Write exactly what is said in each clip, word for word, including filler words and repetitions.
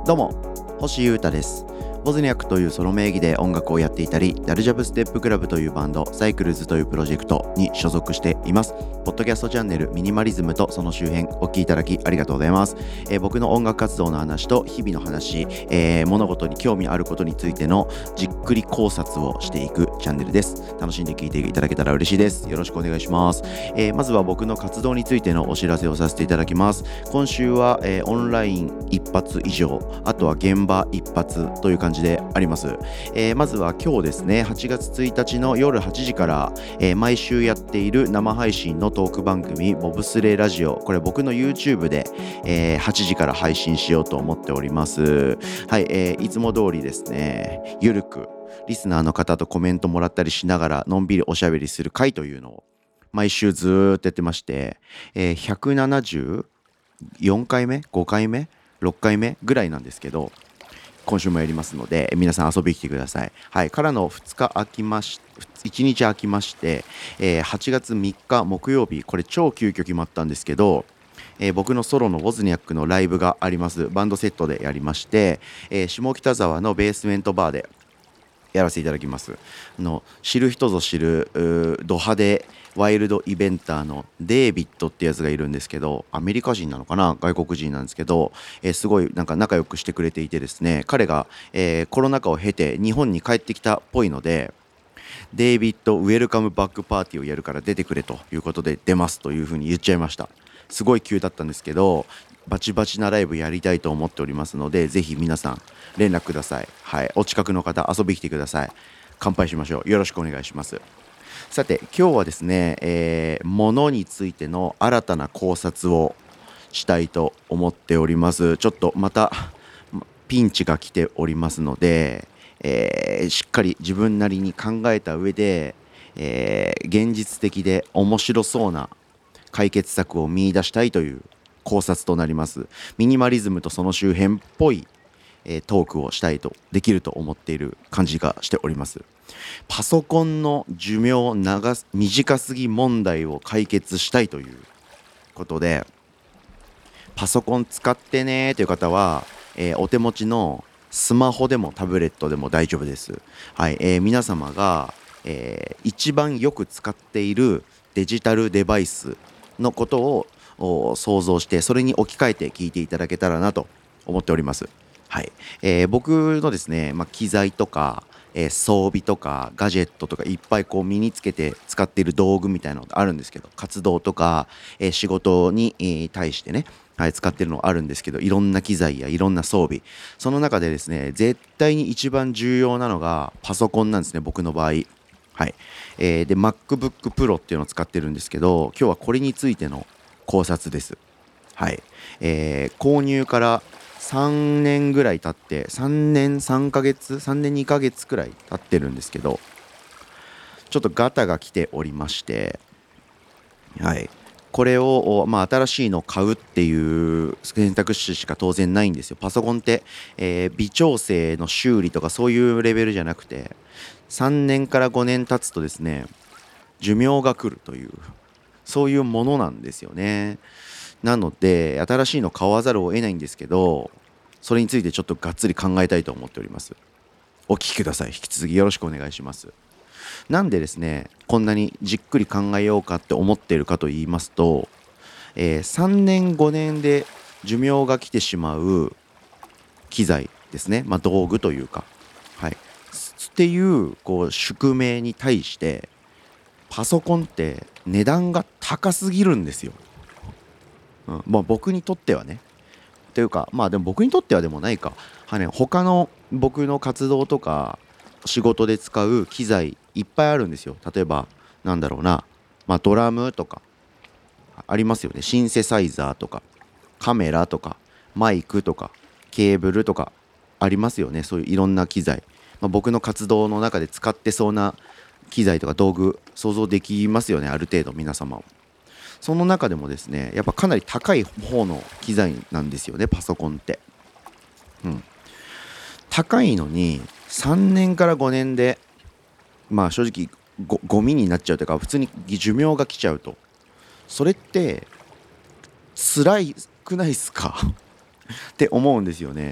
どうも星優太です。ボズニャックというソロ名義で音楽をやっていたり、ダルジャブステップクラブというバンド、サイクルズというプロジェクトに所属しています。ポッドキャストチャンネルミニマリズムとその周辺お聞きいただきありがとうございます。えー、僕の音楽活動の話と日々の話、えー、物事に興味あることについてのじっくり考察をしていくチャンネルです。楽しんで聞いていただけたら嬉しいです。よろしくお願いします。えー、まずは僕の活動についてのお知らせをさせていただきます。今週は、えー、オンライン一発以上、あとは現場一発という感じであります。えー、まずは今日ですね、はちがつついたちの夜はちじから、えー、毎週やっている生配信のトーク番組ボブスレーラジオ、これ僕の YouTube で、えー、はちじから配信しようと思っております。はい、えー、いつも通りですね、ゆるくリスナーの方とコメントもらったりしながらのんびりおしゃべりする回というのを毎週ずーっとやってまして、えー、ひゃくななじゅうよんかいめごかいめろっかいめぐらいなんですけど、今週もやりますので皆さん遊びに来てください。はい、からのふつか空きましいちにち空きまして、えー、はちがつみっか木曜日、これ超急遽決まったんですけど、えー、僕のソロのウォズニャックのライブがあります。バンドセットでやりまして、えー、下北沢のベースメントバーでやらせていただきます。あの知る人ぞ知るド派手ワイルドイベンターのデイビッドってやつがいるんですけど、アメリカ人なのかな、外国人なんですけど、えー、すごいなんか仲良くしてくれていてですね、彼が、えー、コロナ禍を経て日本に帰ってきたっぽいので、デイビッドウェルカムバックパーティーをやるから出てくれということで出ますというふうに言っちゃいました。すごい急だったんですけど、バチバチなライブやりたいと思っておりますので、ぜひ皆さん連絡ください。はい、お近くの方遊びに来てください。乾杯しましょう。よろしくお願いします。さて今日はですね、えー、物についての新たな考察をしたいと思っております。ちょっとまたピンチが来ておりますので、えー、しっかり自分なりに考えた上で、えー、現実的で面白そうな解決策を見出したいという考察となります。ミニマリズムとその周辺っぽい、えー、トークをしたいとできると思っている感じがしております。パソコンの寿命長す短すぎ問題を解決したいということで、パソコン使ってねという方は、えー、お手持ちのスマホでもタブレットでも大丈夫です。はい、えー、皆様が、えー、一番よく使っているデジタルデバイスのことを想像して、それに置き換えて聞いていただけたらなと思っております。はい、えー、僕のですね、まあ、機材とか、えー、装備とかガジェットとかいっぱいこう身につけて使っている道具みたいなのがあるんですけど、活動とか、えー、仕事に、えー、対してね、はい、使ってるのあるんですけど、いろんな機材やいろんな装備、その中でですね、絶対に一番重要なのがパソコンなんですね、僕の場合。はい、えー、で MacBook Pro っていうのを使ってるんですけど、今日はこれについての考察です。はい、えー、購入からさんねんぐらい経って、さんねんさんかげつさんねんにかげつくらい経ってるんですけど、ちょっとガタが来ておりまして、はい、これを、まあ、新しいのを買うっていう選択肢しか当然ないんですよ。パソコンって、えー微調整の修理とかそういうレベルじゃなくて、さんねんからごねん経つとですね、寿命が来るという、そういうものなんですよね。なので新しいの買わざるを得ないんですけど、それについてちょっとがっつり考えたいと思っております。お聞きください。引き続きよろしくお願いします。なんでですね、こんなにじっくり考えようかって思っているかと言いますと、えーさんねんごねんで寿命が来てしまう機材ですね、まあ、道具というか、はい、っていうこう宿命に対してパソコンって値段が高すぎるんですよ。うん、まあ僕にとってはね、というか、まあでも僕にとってはでもないか、はね、他の僕の活動とか仕事で使う機材いっぱいあるんですよ。例えばなんだろうな、まあドラムとかありますよね。シンセサイザーとかカメラとかマイクとかケーブルとかありますよね。そういういろんな機材、まあ、僕の活動の中で使ってそうな機材とか道具想像できますよね、ある程度皆様も。その中でもですね、やっぱかなり高い方の機材なんですよね、パソコンって。うん、高いのにさんねんからごねんで、まあ正直ごゴミになっちゃうというか、普通に寿命が来ちゃうと、それって辛いくないっすかって思うんですよね。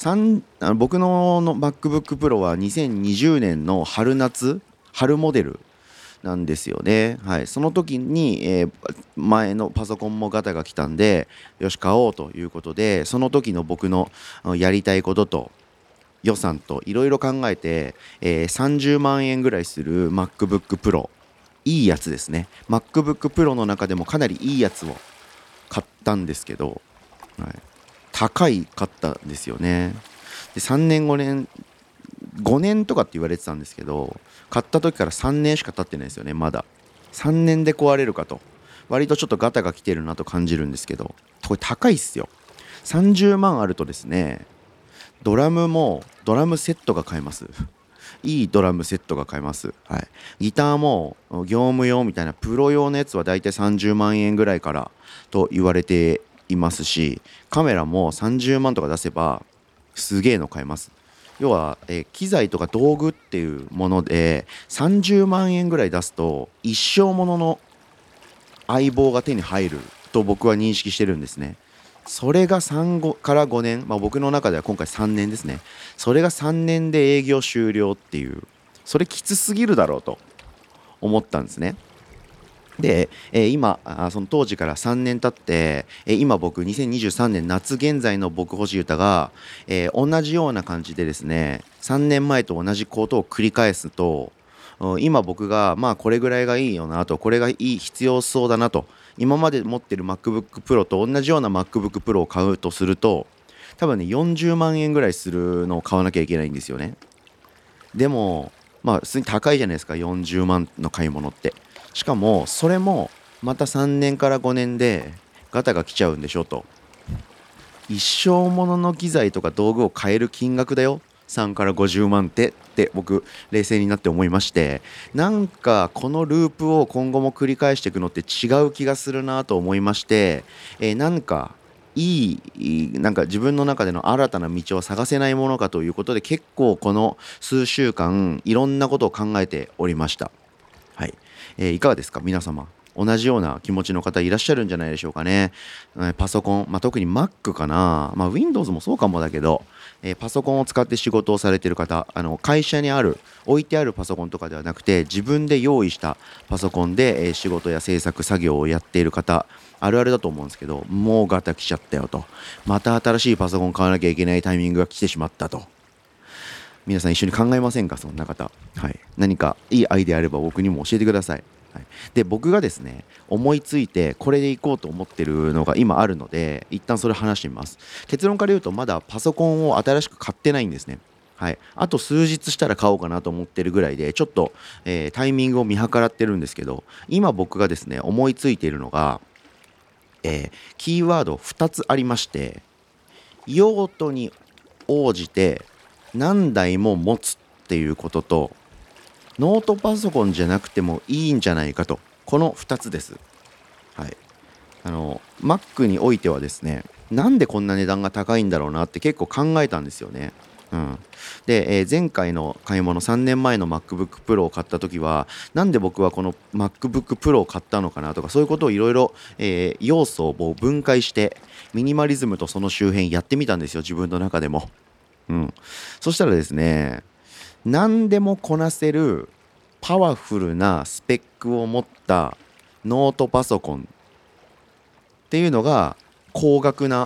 さんあの僕のの MacBook Pro はにせんにじゅうねんの春夏春モデルなんですよね。はい、その時に、えー前のパソコンもガタが来たんで、よし買おうということで、その時の僕のあのやりたいことと予算といろいろ考えて、えーさんじゅうまんえんぐらいする MacBook Pro、いいやつですね。 MacBook Pro の中でもかなりいいやつを買ったんですけど、はい、高いかったんですよね。でさんねんごねんごねんとかって言われてたんですけど、買った時からさんねんしか経ってないですよね。まださんねんで壊れるかと、割とちょっとガタが来てるなと感じるんですけど、これ高いっすよ。さんじゅうまんあるとですね、ドラムもドラムセットが買えますいいドラムセットが買えます。はい、ギターも業務用みたいなプロ用のやつはだいたいさんじゅうまんえんぐらいからと言われていますし、カメラもさんじゅうまんとか出せばすげえの買えます。要は、えー機材とか道具っていうものでさんじゅうまんえんぐらい出すと一生ものの相棒が手に入ると僕は認識してるんですね。それがさんからごねん、まあ、僕の中では今回さんねんですね。それがさんねんで営業終了っていう、それきつすぎるだろうと思ったんですね。で、えー今あその当時からさんねん経って、えー今僕にせんにじゅうさんねん夏現在の僕星歌が、えー同じような感じでですね、さんねんまえと同じことを繰り返すと、うん今僕がまあこれぐらいがいいよなと、これがいい必要そうだなと、今まで持ってる MacBook Pro と同じような MacBook Pro を買うとすると、多分ねよんじゅうまんえんぐらいするのを買わなきゃいけないんですよね。でもまあ普通に高いじゃないですか、よんじゅうまんの買い物って。しかもそれもまたさんねんからごねんでガタが来ちゃうんでしょと。一生ものの機材とか道具を買える金額だよ、さんからごじゅうまんってって僕冷静になって思いまして、なんかこのループを今後も繰り返していくのって違う気がするなと思いまして、えーなんかいいなんか自分の中での新たな道を探せないものかということで、結構この数週間いろんなことを考えておりました。はい、えーいかがですか皆様。同じような気持ちの方いらっしゃるんじゃないでしょうかね。えーパソコン、まあ、特に Mac かな、まあ、Windows もそうかもだけど、えーパソコンを使って仕事をされている方、あの会社にある置いてあるパソコンとかではなくて自分で用意したパソコンで、えー仕事や制作作業をやっている方、あるあるだと思うんですけど、もうガタ来ちゃったよと、また新しいパソコン買わなきゃいけないタイミングが来てしまったと、皆さん一緒に考えませんか、そんな方。はい、何かいいアイデアあれば僕にも教えてください。はい、で僕がですね思いついてこれでいこうと思ってるのが今あるので、一旦それ話してみます。結論から言うとまだパソコンを新しく買ってないんですね。はい、あと数日したら買おうかなと思ってるぐらいで、ちょっと、えータイミングを見計らってるんですけど、今僕がですね思いついているのが、えーキーワードふたつありまして、用途に応じて何台も持つっていうことと、ノートパソコンじゃなくてもいいんじゃないかと、このふたつです。はい、あの Mac においてはですね、なんでこんな値段が高いんだろうなって結構考えたんですよね。うん、で、えー前回の買い物、さんねんまえの MacBook Pro を買った時は、なんで僕はこの MacBook Pro を買ったのかなとか、そういうことをいろいろ要素を分解してミニマリズムとその周辺やってみたんですよ、自分の中でも。うん、そしたらですね、何でもこなせるパワフルなスペックを持ったノートパソコンっていうのが高額な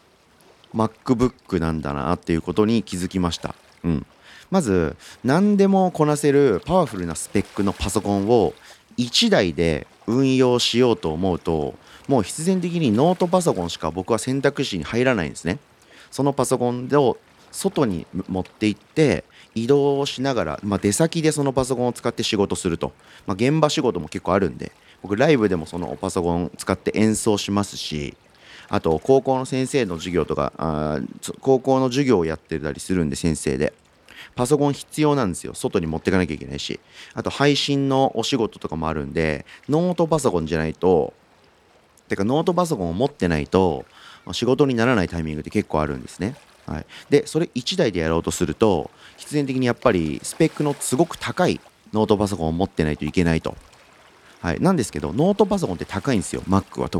MacBook なんだなっていうことに気づきました。うん、まず何でもこなせるパワフルなスペックのパソコンをいちだいで運用しようと思うと、もう必然的にノートパソコンしか僕は選択肢に入らないんですね。そのパソコンを外に持って行って移動しながら、まあ、出先でそのパソコンを使って仕事すると、まあ、現場仕事も結構あるんで、僕ライブでもそのパソコン使って演奏しますし、あと高校の先生の授業とか、あー高校の授業をやってたりするんで、先生でパソコン必要なんですよ。外に持っていかなきゃいけないし、あと配信のお仕事とかもあるんで、ノートパソコンじゃないと、てかノートパソコンを持ってないと仕事にならないタイミングって結構あるんですね。はい、でそれいちだいでやろうとすると、必然的にやっぱりスペックのすごく高いノートパソコンを持ってないといけないと。はい、なんですけどノートパソコンって高いんですよ、 Mac は特に。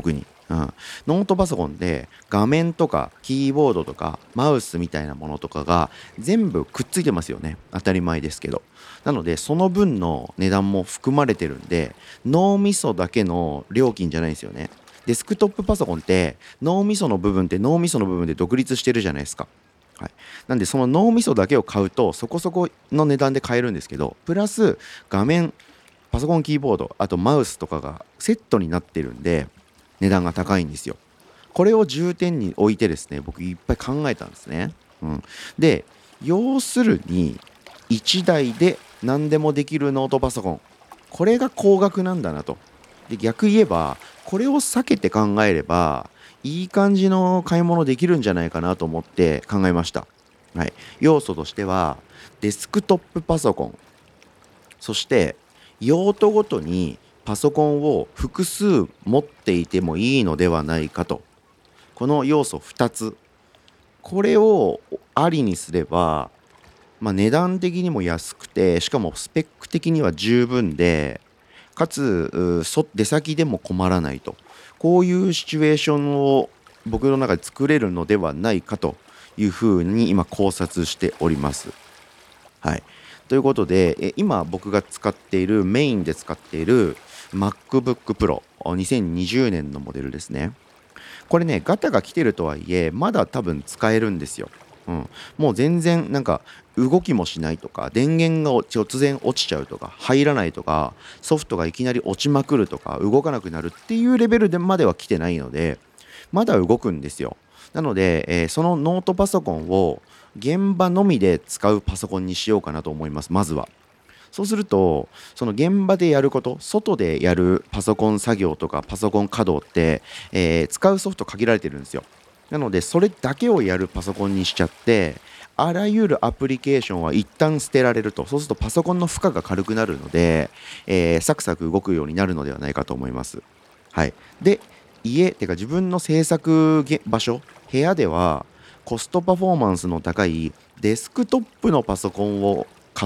うん、ノートパソコンで画面とかキーボードとかマウスみたいなものとかが全部くっついてますよね。当たり前ですけど。なのでその分の値段も含まれてるんで、脳みそだけの料金じゃないんですよね。デスクトップパソコンって脳みその部分って脳みその部分で独立してるじゃないですか。はい、なんでその脳みそだけを買うとそこそこの値段で買えるんですけど、プラス画面、パソコンキーボード、あとマウスとかがセットになってるんで値段が高いんですよ。これを重点に置いてですね、僕いっぱい考えたんですね。うん、で要するにいちだいで何でもできるノートパソコン、これが高額なんだなと。で逆言えばこれを避けて考えればいい感じの買い物できるんじゃないかなと思って考えました。はい、要素としてはデスクトップパソコン、そして用途ごとにパソコンを複数持っていてもいいのではないかと。この要素ふたつ、これをありにすれば、まあ、値段的にも安くて、しかもスペック的には十分で、かつうそ出先でも困らないと、こういうシチュエーションを僕の中で作れるのではないかというふうに今考察しております。はい、ということでえ今僕が使っているメインで使っている MacBook Pro にせんにじゅうねんのモデルですね。これねガタが来てるとはいえまだ多分使えるんですよ。うん、もう全然なんか動きもしないとか、電源が突然落ちちゃうとか入らないとか、ソフトがいきなり落ちまくるとか動かなくなるっていうレベルでまでは来てないので、まだ動くんですよ。なので、えーそのノートパソコンを現場のみで使うパソコンにしようかなと思います。まずはそうすると、その現場でやること、外でやるパソコン作業とかパソコン稼働って、えー使うソフト限られてるんですよ。なのでそれだけをやるパソコンにしちゃって、あらゆるアプリケーションは一旦捨てられると。そうするとパソコンの負荷が軽くなるので、えーサクサク動くようになるのではないかと思います。はい、で家てか自分の制作げ場所、部屋ではコストパフォーマンスの高いデスクトップのパソコンを買って、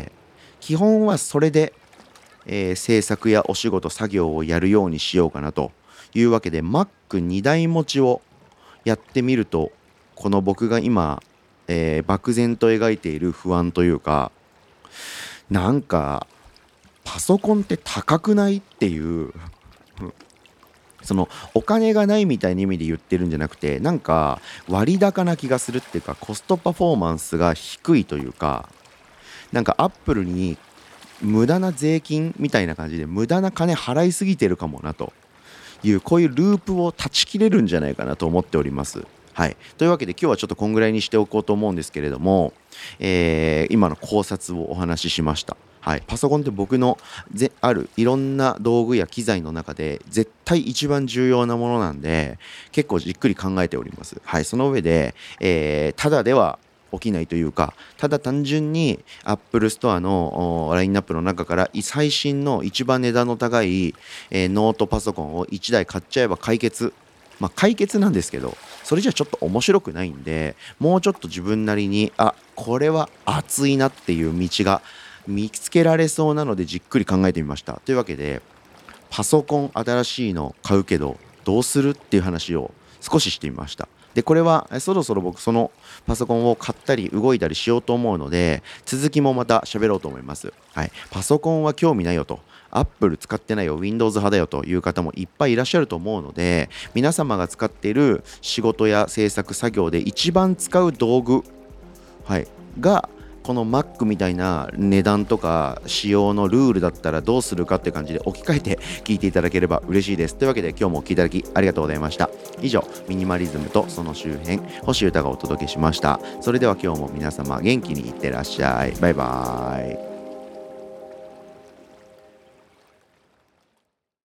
基本はそれで、えー制作やお仕事作業をやるようにしようかなというわけで マックに 台持ちをやってみると、この僕が今、えー漠然と描いている不安というか、なんかパソコンって高くないっていうそのお金がないみたいな意味で言ってるんじゃなくて、なんか割高な気がするっていうか、コストパフォーマンスが低いというか、なんかアップルに無駄な税金みたいな感じで無駄な金払いすぎてるかもなという、こういうループを断ち切れるんじゃないかなと思っております。はい、というわけで今日はちょっとこんぐらいにしておこうと思うんですけれども、えー今の考察をお話ししました。はい、パソコンって僕のぜあるいろんな道具や機材の中で絶対一番重要なものなんで、結構じっくり考えております。はい、その上で、えーただでは起きないというか、ただ単純に Apple Store のおラインナップの中からい最新の一番値段の高い、えーノートパソコンをいちだい買っちゃえば解決。まあ解決なんですけど、それじゃちょっと面白くないんで、もうちょっと自分なりに、あ、これは熱いなっていう道が見つけられそうなのでじっくり考えてみました。というわけで、パソコン新しいの買うけどどうするっていう話を少ししてみました。でこれはえそろそろ僕そのパソコンを買ったり動いたりしようと思うので、続きもまた喋ろうと思います。はい、パソコンは興味ないよと、Apple 使ってないよ、Windows 派だよという方もいっぱいいらっしゃると思うので、皆様が使っている仕事や制作作業で一番使う道具、はい、がこの Mac みたいな値段とか仕様のルールだったらどうするかって感じで置き換えて聞いていただければ嬉しいです。というわけで今日もお聞きいただきありがとうございました。以上、ミニマリズムとその周辺、星歌がお届けしました。それでは今日も皆様元気にいってらっしゃい。バイバーイ。